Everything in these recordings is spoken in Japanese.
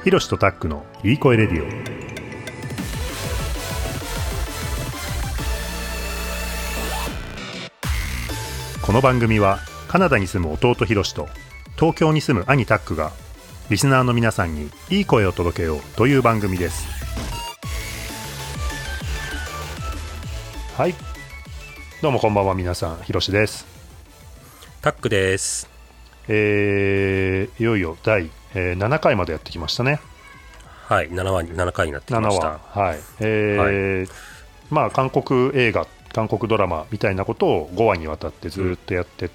ひろしとタックのいい声レディオ。この番組はカナダに住む弟ひろしと東京に住む兄タックがリスナーの皆さんにいい声を届けようという番組です。はい、どうもこんばんは。皆さん、ひろしです。 タックです。 いよいよ第7回までやってきましたね。 はい、7回になってきました。 はい、まあ韓国映画、韓国ドラマみたいなことを5話にわたってずっとやってって、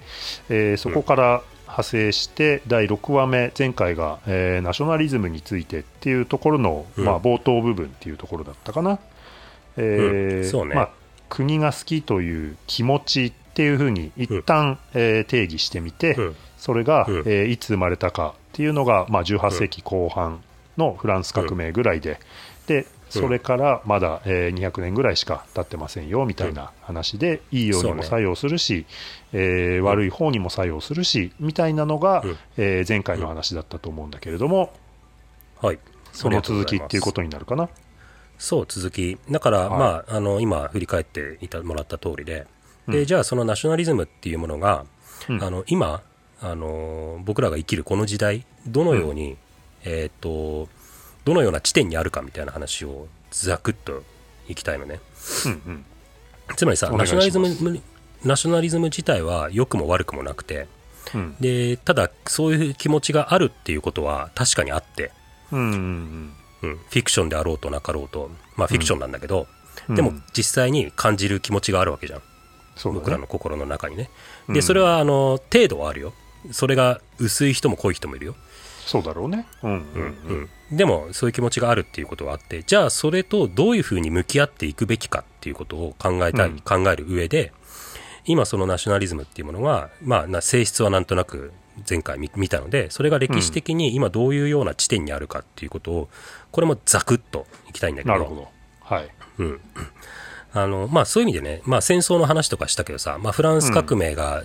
そこから派生して第6話目、前回が、ナショナリズムについてっていうところの、まあ、冒頭部分っていうところだったかな。 そうね。 まあ、国が好きという気持ちっていうふうに一旦、定義してみて、それが、いつ生まれたかっていうのが、まあ、18世紀後半のフランス革命ぐらいで、でそれからまだ、200年ぐらいしか経ってませんよみたいな話で、いいようにも作用するし、悪い方にも作用するしみたいなのが、前回の話だったと思うんだけれども、 はい、 その続きっていうことになるかな。 そう、続きだから、まあ、今振り返ってもらった通りで、じゃあそのナショナリズムっていうものが、今僕らが生きるこの時代どのように、どのような地点にあるかみたいな話をざくっといきたいのね。つまりさ、ナショナリズム自体は良くも悪くもなくて、でただそういう気持ちがあるっていうことは確かにあって、フィクションであろうとなかろうと、まあフィクションなんだけど、でも実際に感じる気持ちがあるわけじゃん、僕らの心の中にね。でそれは程度はあるよ。それが薄い人も濃い人もいるよ。 そうだろうね。 でもそういう気持ちがあるっていうことはあって、じゃあそれとどういうふうに向き合っていくべきかっていうことを考える上で、今そのナショナリズムっていうものが、まあ、性質はなんとなく前回見たので、それが歴史的に今どういうような地点にあるかっていうことを、これもザクッといきたいんだけど。 なるほど。はい。 まあそういう意味でね、まあ戦争の話とかしたけどさ、まあフランス革命が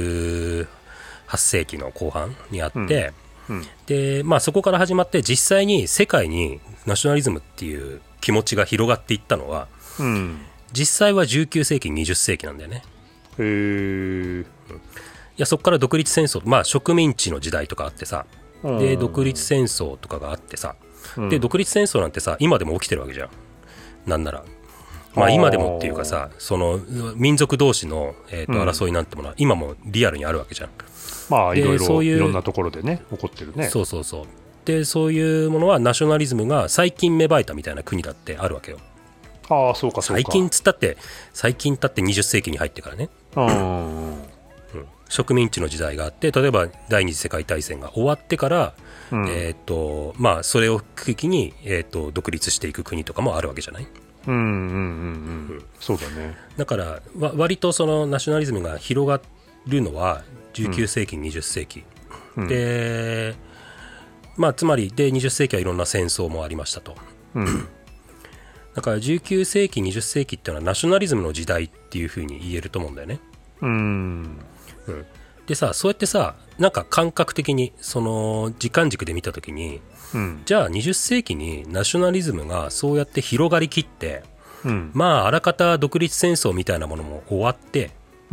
18世紀の後半にあって、でまあ、そこから始まって実際に世界にナショナリズムっていう気持ちが広がっていったのは、実際は19世紀20世紀なんだよね。いや、そこから独立戦争、まあ、植民地の時代とかあってさ、で独立戦争とかがあってさ、で独立戦争なんてさ今でも起きてるわけじゃん。なんならまあ今でもっていうかさ、その民族同士の、争いなんてものは今もリアルにあるわけじゃん。 まあいろいろんなところでね起こってるね。 そうでそういうものはナショナリズムが最近芽生えたみたいな国だってあるわけよ。 そうか。 最近たって20世紀に入ってからね。植民地の時代があって、例えば第二次世界大戦が終わってから、まあそれを契機に、独立していく国とかもあるわけじゃない。 そうだね。 だから割とそのナショナリズムが広がるのは19世紀、20世紀、で、まあ、つまりで20世紀はいろんな戦争もありましたと、だから19世紀20世紀っていうのはナショナリズムの時代っていうふうに言えると思うんだよね。でさ、そうやってさ、なんか感覚的にその時間軸で見たときに、じゃあ20世紀にナショナリズムがそうやって広がりきって、まああらかた独立戦争みたいなものも終わって、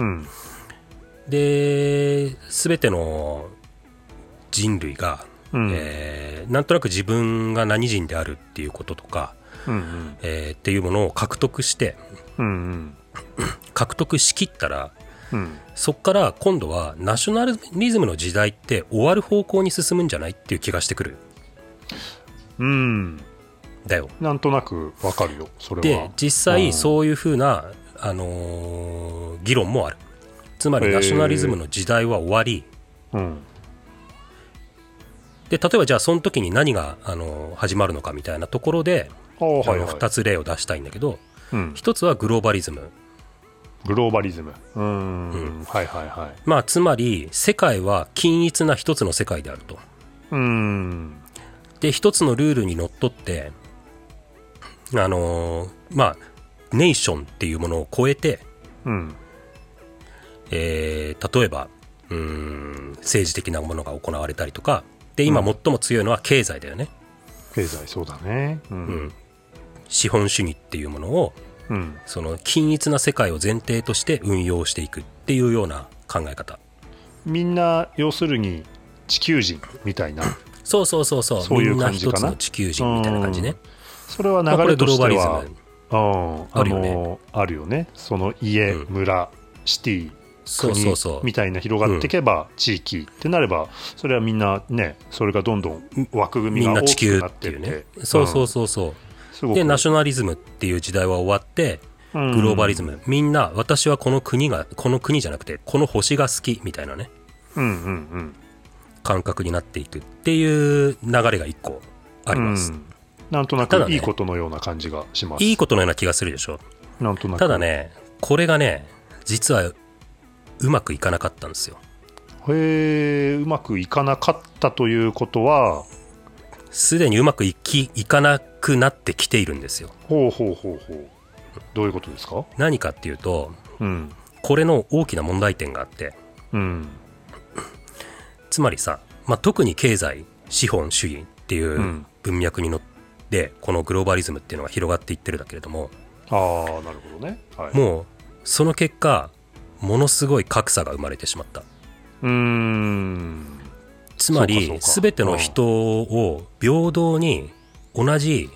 で全ての人類が、なんとなく自分が何人であるっていうこととか、っていうものを獲得して、獲得しきったら、そっから今度はナショナリズムの時代って終わる方向に進むんじゃないっていう気がしてくる。だよ。 なんとなくわかるよ、それは。 で実際そういうふうな、議論もある。つまりナショナリズムの時代は終わり、で例えばじゃあその時に何が始まるのかみたいなところで、2つ例を出したいんだけど、1つはグローバリズム。まあつまり世界は均一な一つの世界であると。で一つのルールにのっとってまあネーションっていうものを超えて、例えば政治的なものが行われたりとか、 で今最も強いのは経済だよね。 経済、そうだね、 資本主義っていうものを、その均一な世界を前提として運用していくっていうような考え方。 みんな要するに地球人みたいなそういう感じかな。 みんな一つの地球人みたいな感じね。 それは流れとしては、 あるよね。 あるよね。その家、村、シティ、国みたいな広がっていけば、地域ってなれば、それはみんなね、それがどんどん枠組みが大きくなっていって、みんな地球っていうね。 そうでナショナリズムっていう時代は終わって、グローバリズム、みんな私はこの国じゃなくてこの星が好きみたいなね、感覚になっていくっていう流れが一個あります。 なんとなくいいことのような感じがします。 いいことのような気がするでしょ。 なんとなく。 ただね、これがね、実はうまくいかなかったんですよ。 うまくいかなかったということは、 すでにうまくいかなくなってきているんですよ。 ほう。どういうことですか？ 何かっていうと、これの大きな問題点があって、つまりさ、特に経済資本主義っていう文脈に乗ってこのグローバリズムっていうのが広がっていってるだけれども、 なるほどね、 もうその結果ものすごい格差が生まれてしまった。つまり全ての人を平等に同じ、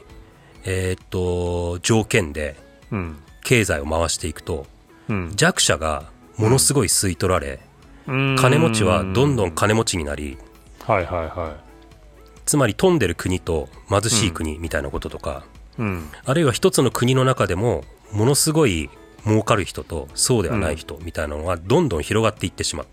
条件で経済を回していくと、弱者がものすごい吸い取られ、金持ちはどんどん金持ちになり、つまり富んでる国と貧しい国みたいなこととか、あるいは一つの国の中でもものすごい儲かる人とそうではない人みたいなのがどんどん広がっていってしまった。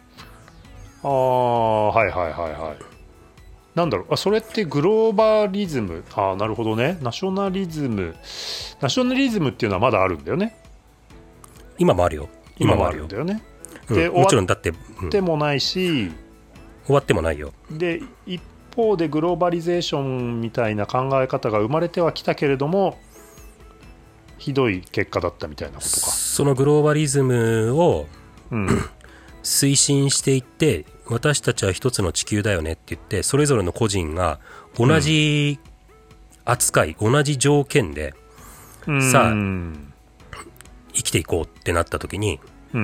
なんだろう、それってグローバリズム、なるほどね。ナショナリズムっていうのはまだあるんだよね。 今もあるよ。 今もあるんだよね。 で、もちろんだって、 終わってもないし、 終わってもないよ。 で一方でグローバリゼーションみたいな考え方が生まれてはきたけれども、ひどい結果だったみたいなことか。 そのグローバリズムを、推進していって、私たちは一つの地球だよねって言って、それぞれの個人が同じ扱い、同じ条件でさあ生きていこうってなった時に、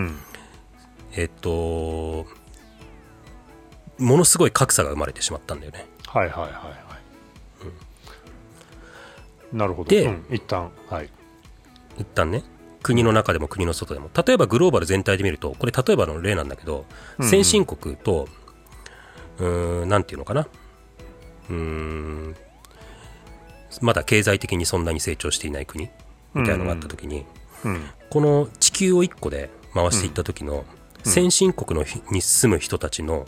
ものすごい格差が生まれてしまったんだよね。 なるほど。 で、 一旦ね、国の中でも国の外でも、例えばグローバル全体で見ると、これ例えばの例なんだけど、先進国となんていうのかな、まだ経済的にそんなに成長していない国みたいなのがあった時に、この地球を1個で回していった時の先進国に住む人たちの、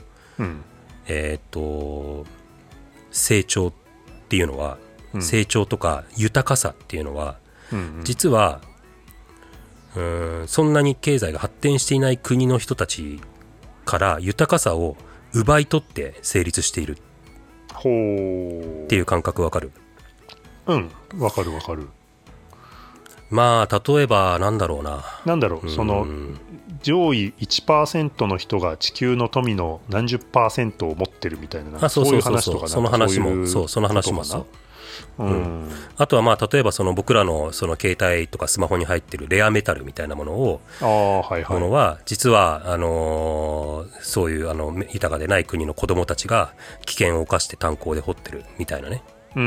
成長っていうのは、成長とか豊かさっていうのは、実はそんなに経済が発展していない国の人たちから豊かさを奪い取って成立しているっていう感覚わかる？ わかる。 例えばその上位 1% の人が地球の富の何十%を持ってるみたいな、そういう話とか、 その話もそう。あとは例えばその僕らのその携帯とかスマホに入ってるレアメタルみたいなものは実はそういう豊かでない国の子供たちが危険を冒して炭鉱で掘ってるみたいなね。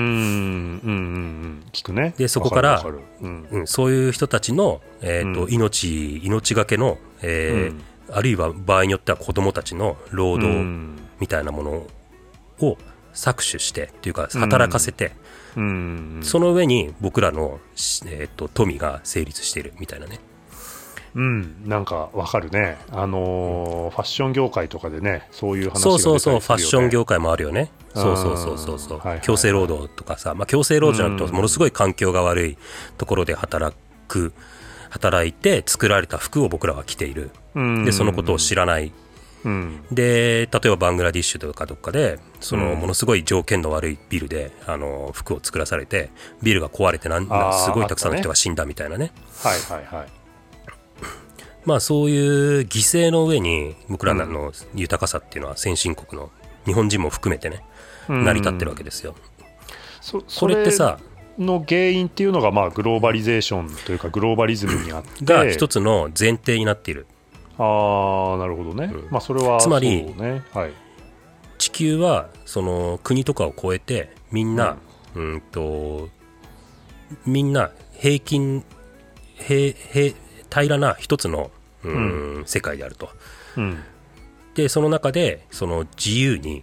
聞くね。 でそこからそういう人たちの命がけのあるいは場合によっては子供たちの労働みたいなものを搾取してっていうか働かせて、その上に僕らの、富が成立しているみたいなね。 なんかわかるね。ファッション業界とかでね、そういう話が出たりするよね。 ファッション業界もあるよね。強制労働とかさ、強制労働じゃなくてものすごい環境が悪いところで働いて作られた服を僕らは着ている。でそのことを知らない。で例えばバングラディッシュとかどっかでそのものすごい条件の悪いビルで服を作らされて、ビルが壊れてすごいたくさんの人が死んだみたいなね。そういう犠牲の上に僕らの豊かさっていうのは先進国の日本人も含めてね成り立ってるわけですよ。 これってさの原因っていうのがまあグローバリゼーションというかグローバリズムにあってが一つの前提になっている。 ああなるほどね、まあそれはつまりそうね、はい、 地球はその国とかを超えてみんな、みんな平均平らな一つの、世界であると、でその中でその自由に、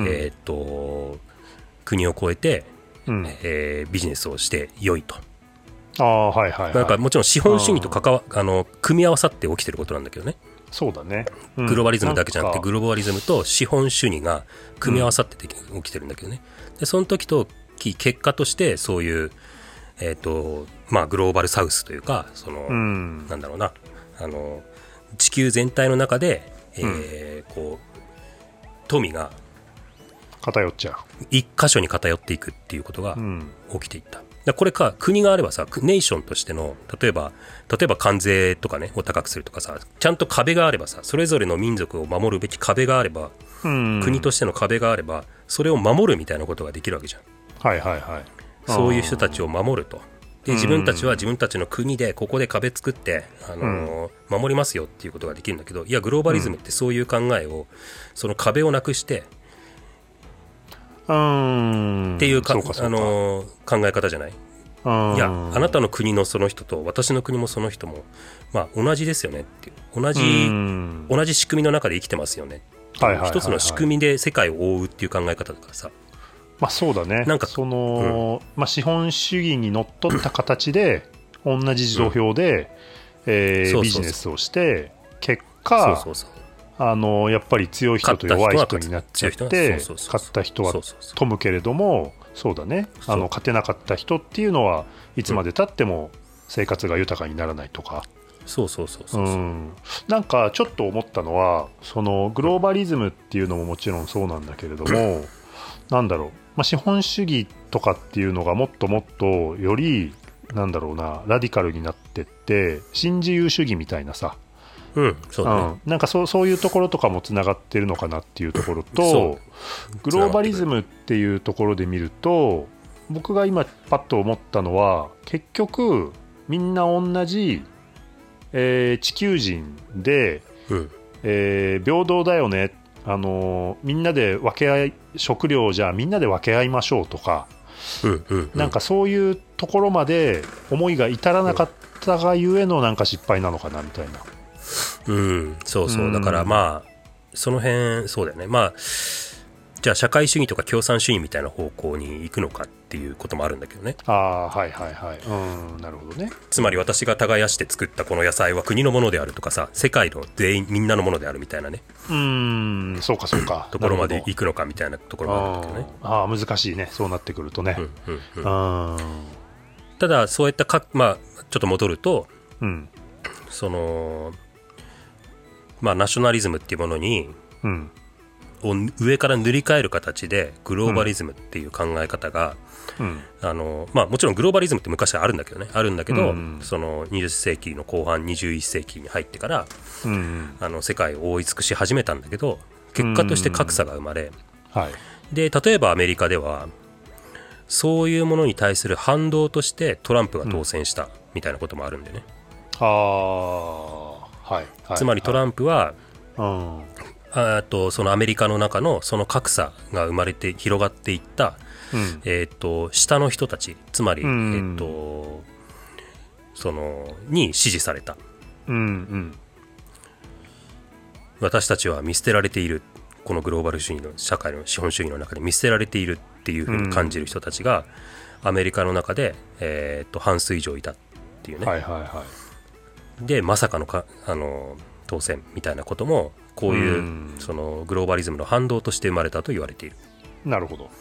国を越えて、ビジネスをして良いと。 はいはいはい、 なんかもちろん資本主義と組み合わさって起きてることなんだけどね。 そうだね、 グローバリズムだけじゃなくてグローバリズムと資本主義が組み合わさって起きてるんだけどね。でその時と結果としてそういう、まあ、グローバルサウスというかその、なんだろうな地球全体の中で、こう富が偏っちゃう一箇所に偏っていくっていうことが起きていった。これか国があればさネーションとしての例えば関税とかねを高くするとかさちゃんと壁があればさそれぞれの民族を守るべき壁があれば、国としての壁があればそれを守るみたいなことができるわけじゃん。 はいはいはい。 そういう人たちを守ると。で自分たちは自分たちの国でここで壁作って、守りますよっていうことができるんだけどいやグローバリズムってそういう考えをその壁をなくしてっていう考え方じゃない。いやあなたの国のその人と私の国もその人も、まあ、同じですよねっていう同じ仕組みの中で生きてますよねっていう一つの仕組みで世界を覆うっていう考え方だからさ。 まあそうだね。なんかその、まあ、資本主義にのっとった形で同じ土俵で、ビジネスをして結果やっぱり強い人と弱い人になっちゃって勝った人は富むけれどもそうだね勝てなかった人っていうのはいつまでたっても生活が豊かにならないとか。なんかちょっと思ったのはそのグローバリズムっていうのももちろんそうなんだけれどもなんだろう、まあ、資本主義とかっていうのがもっともっとよりなんだろうなラディカルになってって新自由主義みたいなさ、なんかそういうところとかもつながってるのかなっていうところとグローバリズムっていうところで見ると僕が今パッと思ったのは結局みんな同じ、地球人で、平等だよねみんなで分け合い食料じゃみんなで分け合いましょうとか、なんかそういうところまで思いが至らなかったがゆえのなんか失敗なのかなみたいな。 そうそう、だからまあその辺そうだよね。まあじゃあ社会主義とか共産主義みたいな方向に行くのかっていうこともあるんだけどね。 はいはいはい。なるほどね。 つまり私が耕して作ったこの野菜は国のものであるとかさ世界の全員みんなのものであるみたいなねそうかそうかところまで行くのかみたいなところもあるんだけどね。 難しいねそうなってくるとね。 ただそういったまあちょっと戻ると、そのまあナショナリズムっていうものに、を上から塗り替える形でグローバリズムっていう考え方が、まあ、もちろんグローバリズムって昔はあるんだけどねその20世紀の後半21世紀に入ってから、世界を覆い尽くし始めたんだけど結果として格差が生まれ、で例えばアメリカではそういうものに対する反動としてトランプが当選したみたいなこともあるんでね。つまりトランプは、そのアメリカの中のその格差が生まれて広がっていった、下の人たちつまり、そのに支持された、私たちは見捨てられているこのグローバル主義の社会の資本主義の中で見捨てられているっていうふうに感じる人たちが、アメリカの中で、半数以上いたっていうね。でまさかの当選みたいなこともこういうそのグローバリズムの反動として生まれたと言われている。 なるほど。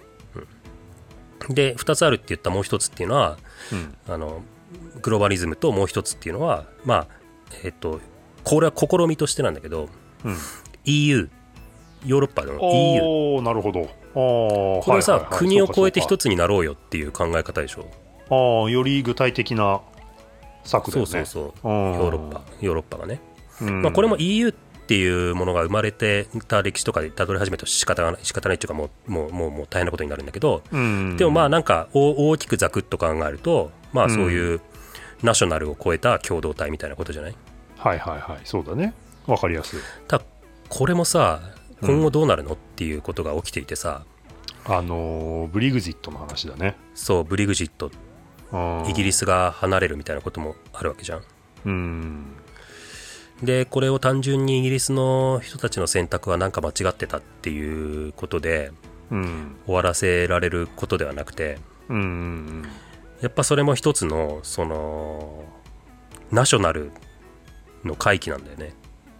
で2つあるって言ったもう一つっていうのは、グローバリズムともう一つっていうのはまあこれは試みとしてなんだけど、EU ヨーロッパの EU なるほど。 これはさ、国を越えて一つになろうよっていう考え方でしょ。 より具体的な策だよね。 そうヨーロッパがね、まあ、これも EU っっていうものが生まれてた歴史とかでたどり始めると仕方ないっていうかもう大変なことになるんだけど、でもまあなんか大きくざくっと考えると、まあそういうナショナルを超えた共同体みたいなことじゃない？ はいはいはい、そうだね、わかりやすい。 これもさ、今後どうなるのっていうことが起きていてさ、 ブリグジットの話だね。 そう、ブリグジット、イギリスが離れるみたいなこともあるわけじゃん。でこれを単純にイギリスの人たちの選択はなんか間違ってたっていうことで、終わらせられることではなくて、やっぱそれも一つのそのナショナルの回帰なんだよね。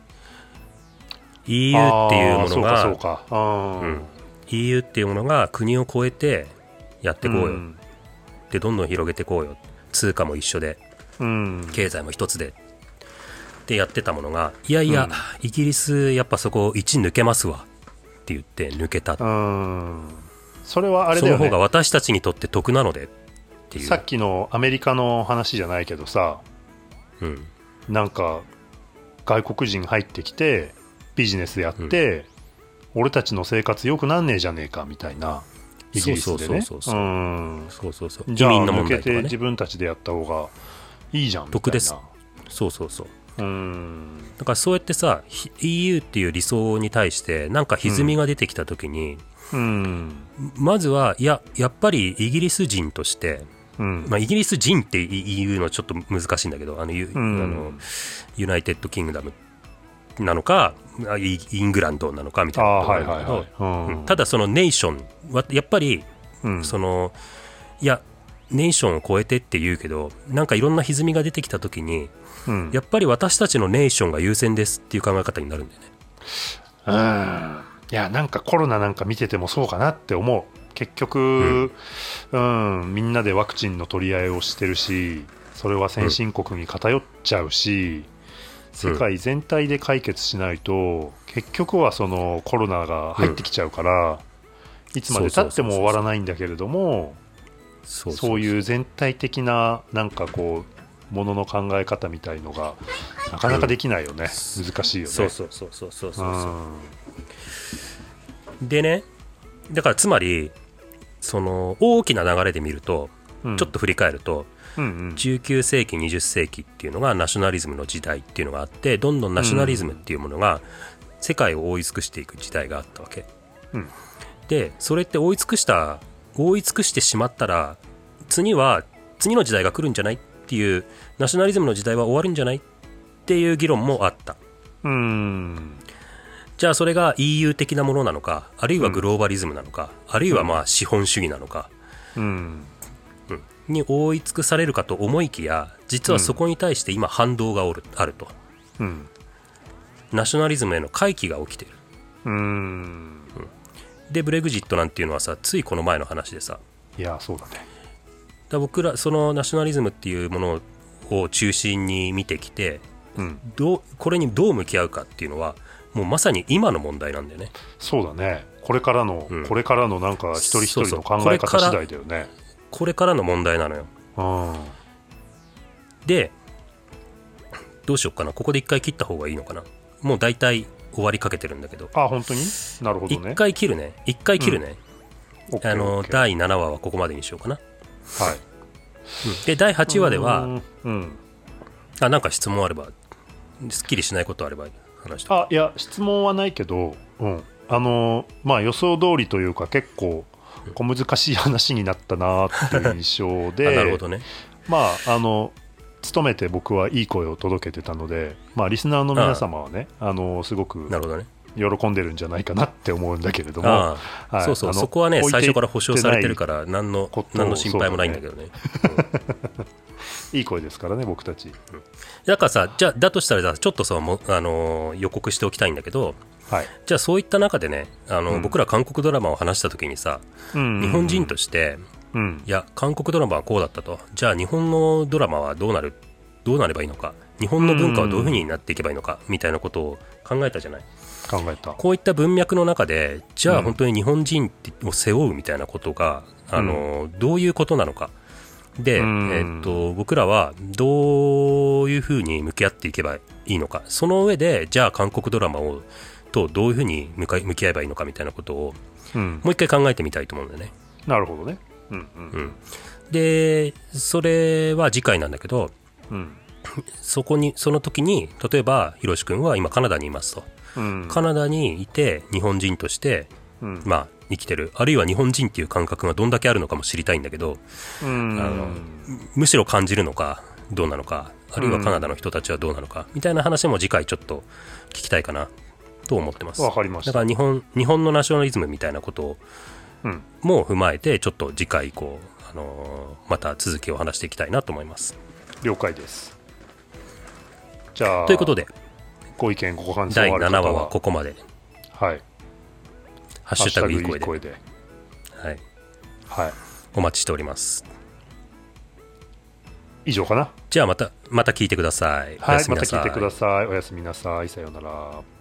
EU っていうものがEU っていうものが国を越えてやっていこうよ、でどんどん広げていこうよ、通貨も一緒で、経済も一つでってやってたものが、いやいや、イギリスやっぱそこ1抜けますわって言って抜けた。 それはあれだよね、 その方が私たちにとって得なのでっていう。 さっきのアメリカの話じゃないけどさ、なんか外国人入ってきてビジネスやって、俺たちの生活良くなんねえじゃねえかみたいな、イギリスでね、じゃあ抜けて自分たちでやった方がいいじゃんみたいな。 得です。そうだからそうやってさ EU っていう理想に対してなんか歪みが出てきた時に、まずはやっぱりイギリス人として、イギリス人っていうのちょっと難しいんだけど、ユナイテッドキングダムなのかイングランドなのかみたいなことがあるんだけど、ただそのネーションはやっぱり、そのいやネーションを超えてって言うけど、なんかいろんな歪みが出てきた時に、やっぱり私たちのネーションが優先ですっていう考え方になるんだよね。 いやなんかコロナなんか見ててもそうかなって思う。結局、みんなでワクチンの取り合いをしてるし、それは先進国に偏っちゃうし、世界全体で解決しないと、結局はそのコロナが入ってきちゃうから、いつまで経っても終わらないんだけれども、そういう全体的ななんかこうものの考え方みたいのがなかなかできないよね。難しいよね。 でね、だからつまりその大きな流れで見ると、ちょっと振り返ると、19世紀20世紀っていうのがナショナリズムの時代っていうのがあって、どんどんナショナリズムっていうものが世界を覆い尽くしていく時代があったわけ、でそれって覆い尽くしてしまったら次の時代が来るんじゃないっていう、ナショナリズムの時代は終わるんじゃないっていう議論もあった。じゃあそれが EU 的なものなのか、あるいはグローバリズムなのか、あるいはまあ資本主義なのか、に覆い尽くされるかと思いきや、実はそこに対して今反動があると、ナショナリズムへの回帰が起きている。でブレグジットなんていうのはさ、ついこの前の話でさ、 いやそうだね。 僕らそのナショナリズムっていうものを中心に見てきて、これにどう向き合うかっていうのはもうまさに今の問題なんだよね。 そうだね。これからのなんか一人一人の考え方次第だよね。 これからの問題なのよ。でどうしようかな、ここで一回切った方がいいのかな。もうだいたい終わりかけてるんだけど。 本当に？なるほどね。 一回切るね。第7話はここまでにしようかな。で第8話では、なんか質問あれば、すっきりしないことあれば話して。 いや質問はないけど、予想通りというか結構小難しい話になったなっていう印象でなるほどね。 努めて僕はいい声を届けてたので、リスナーの皆様はね、すごく喜んでるんじゃないかなって思うんだけれども、 そこはね最初から保証されてるから何の心配もないんだけどね。 いい声ですからね僕たち。 だからさ、だとしたらちょっとさ予告しておきたいんだけど、じゃあそういった中でね、僕ら韓国ドラマを話した時にさ、日本人として、いや韓国ドラマはこうだったと、じゃあ日本のドラマはどうなればいいのか、日本の文化はどういうふうになっていけばいいのかみたいなことを考えたじゃない。 考えた。 こういった文脈の中で、じゃあ本当に日本人を背負うみたいなことが、どういうことなのか、 で、僕らはどういうふうに向き合っていけばいいのか、その上でじゃあ韓国ドラマとどういうふうに向き合えばいいのかみたいなことを、もう一回考えてみたいと思うんだよね。 なるほどね。 でそれは次回なんだけど、その時に例えばひろし君は今カナダにいますと、カナダにいて日本人として、まあ生きてる、あるいは日本人っていう感覚がどんだけあるのかも知りたいんだけど、むしろ感じるのかどうなのか、あるいはカナダの人たちはどうなのかみたいな話も次回ちょっと聞きたいかなと思ってます。 わかりました。 だから日本のナショナリズムみたいなことをも踏まえてちょっと次回また続きを話していきたいなと思います。 了解です。じゃあということでご意見ご感想第ある方は 7話はここまで。 はい。 ハッシュタグいい声で。はい。 はい。 お待ちしております。 以上かな。 じゃあまた聞いてください。 はい、また聞いてください。おやすみなさい。さようなら。